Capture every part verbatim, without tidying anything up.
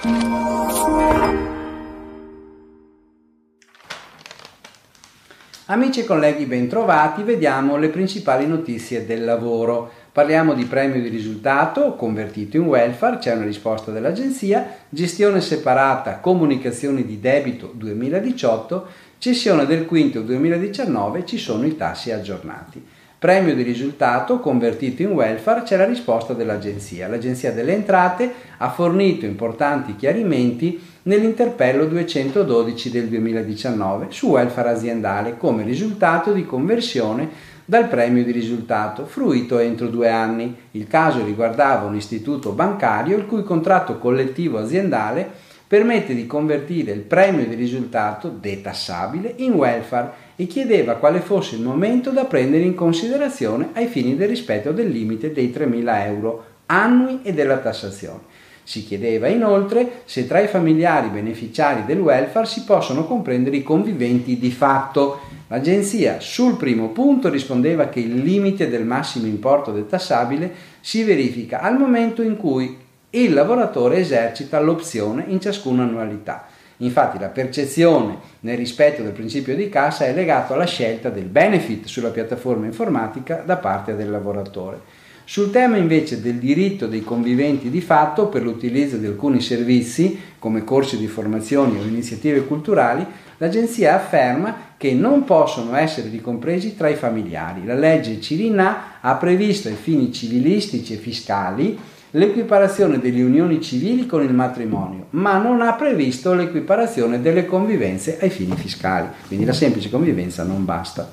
Amici e colleghi, bentrovati. Vediamo le principali notizie del lavoro. Parliamo di premio di risultato convertito in welfare, c'è una risposta dell'agenzia, gestione separata, comunicazioni di debito duemiladiciotto, cessione del quinto duemiladiciannove, ci sono i tassi aggiornati. Premio di risultato convertito in welfare, c'è la risposta dell'agenzia. L'agenzia delle entrate ha fornito importanti chiarimenti nell'interpello duecentododici del duemiladiciannove su welfare aziendale come risultato di conversione dal premio di risultato fruito entro due anni. Il caso riguardava un istituto bancario il cui contratto collettivo aziendale permette di convertire il premio di risultato detassabile in welfare e chiedeva quale fosse il momento da prendere in considerazione ai fini del rispetto del limite dei tremila euro annui e della tassazione. Si chiedeva inoltre se tra i familiari beneficiari del welfare si possono comprendere i conviventi di fatto. L'agenzia sul primo punto rispondeva che il limite del massimo importo detassabile si verifica al momento in cui il lavoratore esercita l'opzione in ciascuna annualità. Infatti la percezione nel rispetto del principio di cassa è legata alla scelta del benefit sulla piattaforma informatica da parte del lavoratore. Sul tema invece del diritto dei conviventi di fatto per l'utilizzo di alcuni servizi come corsi di formazione o iniziative culturali, l'agenzia afferma che non possono essere ricompresi tra i familiari. La legge Cirinnà ha previsto ai fini civilistici e fiscali l'equiparazione delle unioni civili con il matrimonio, ma non ha previsto l'equiparazione delle convivenze ai fini fiscali, quindi la semplice convivenza non basta.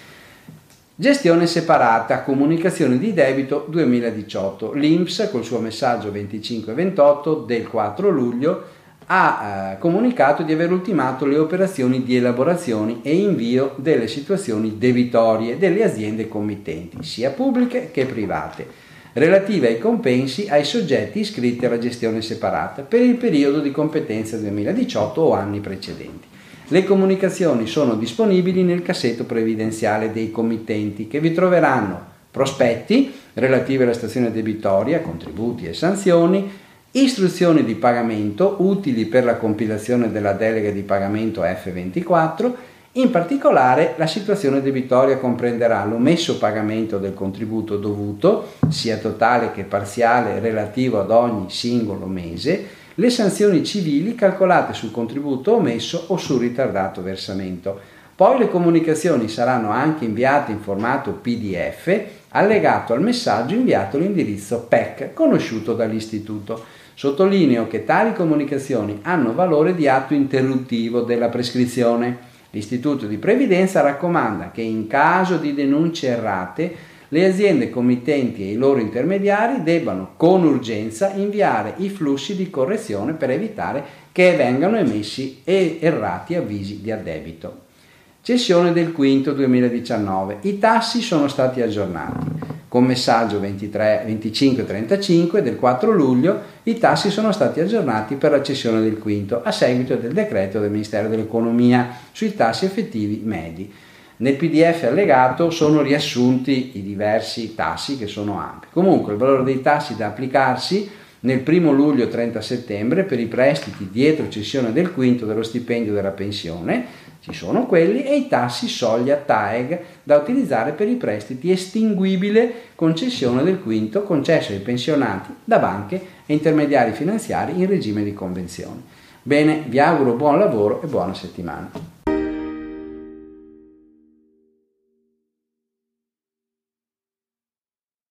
Gestione separata, comunicazione di debito duemiladiciotto. L'I N P S col suo messaggio venticinque ventotto del quattro luglio ha eh, comunicato di aver ultimato le operazioni di elaborazione e invio delle situazioni debitorie delle aziende committenti, sia pubbliche che private, relative ai compensi ai soggetti iscritti alla gestione separata per il periodo di competenza duemiladiciotto o anni precedenti. Le comunicazioni sono disponibili nel cassetto previdenziale dei committenti che vi troveranno prospetti relativi alla stazione debitoria, contributi e sanzioni, istruzioni di pagamento utili per la compilazione della delega di pagamento F ventiquattro. In particolare la situazione debitoria comprenderà l'omesso pagamento del contributo dovuto, sia totale che parziale relativo ad ogni singolo mese, le sanzioni civili calcolate sul contributo omesso o sul ritardato versamento. Poi le comunicazioni saranno anche inviate in formato P D F allegato al messaggio inviato all'indirizzo P E C conosciuto dall'istituto. Sottolineo che tali comunicazioni hanno valore di atto interruttivo della prescrizione. L'Istituto di Previdenza raccomanda che in caso di denunce errate le aziende committenti e i loro intermediari debbano con urgenza inviare i flussi di correzione per evitare che vengano emessi errati avvisi di addebito. Cessione del quinto duemiladiciannove. I tassi sono stati aggiornati. Con messaggio venticinque trentacinque del quattro luglio i tassi sono stati aggiornati per la cessione del quinto a seguito del decreto del Ministero dell'Economia sui tassi effettivi medi. Nel P D F allegato sono riassunti i diversi tassi che sono ampi. Comunque il valore dei tassi da applicarsi nel primo luglio trenta settembre per i prestiti dietro cessione del quinto dello stipendio della pensione ci sono quelli e i tassi soglia T A E G da utilizzare per i prestiti estinguibile con cessione del quinto concesso ai pensionati da banche e intermediari finanziari in regime di convenzione. Bene, vi auguro buon lavoro e buona settimana.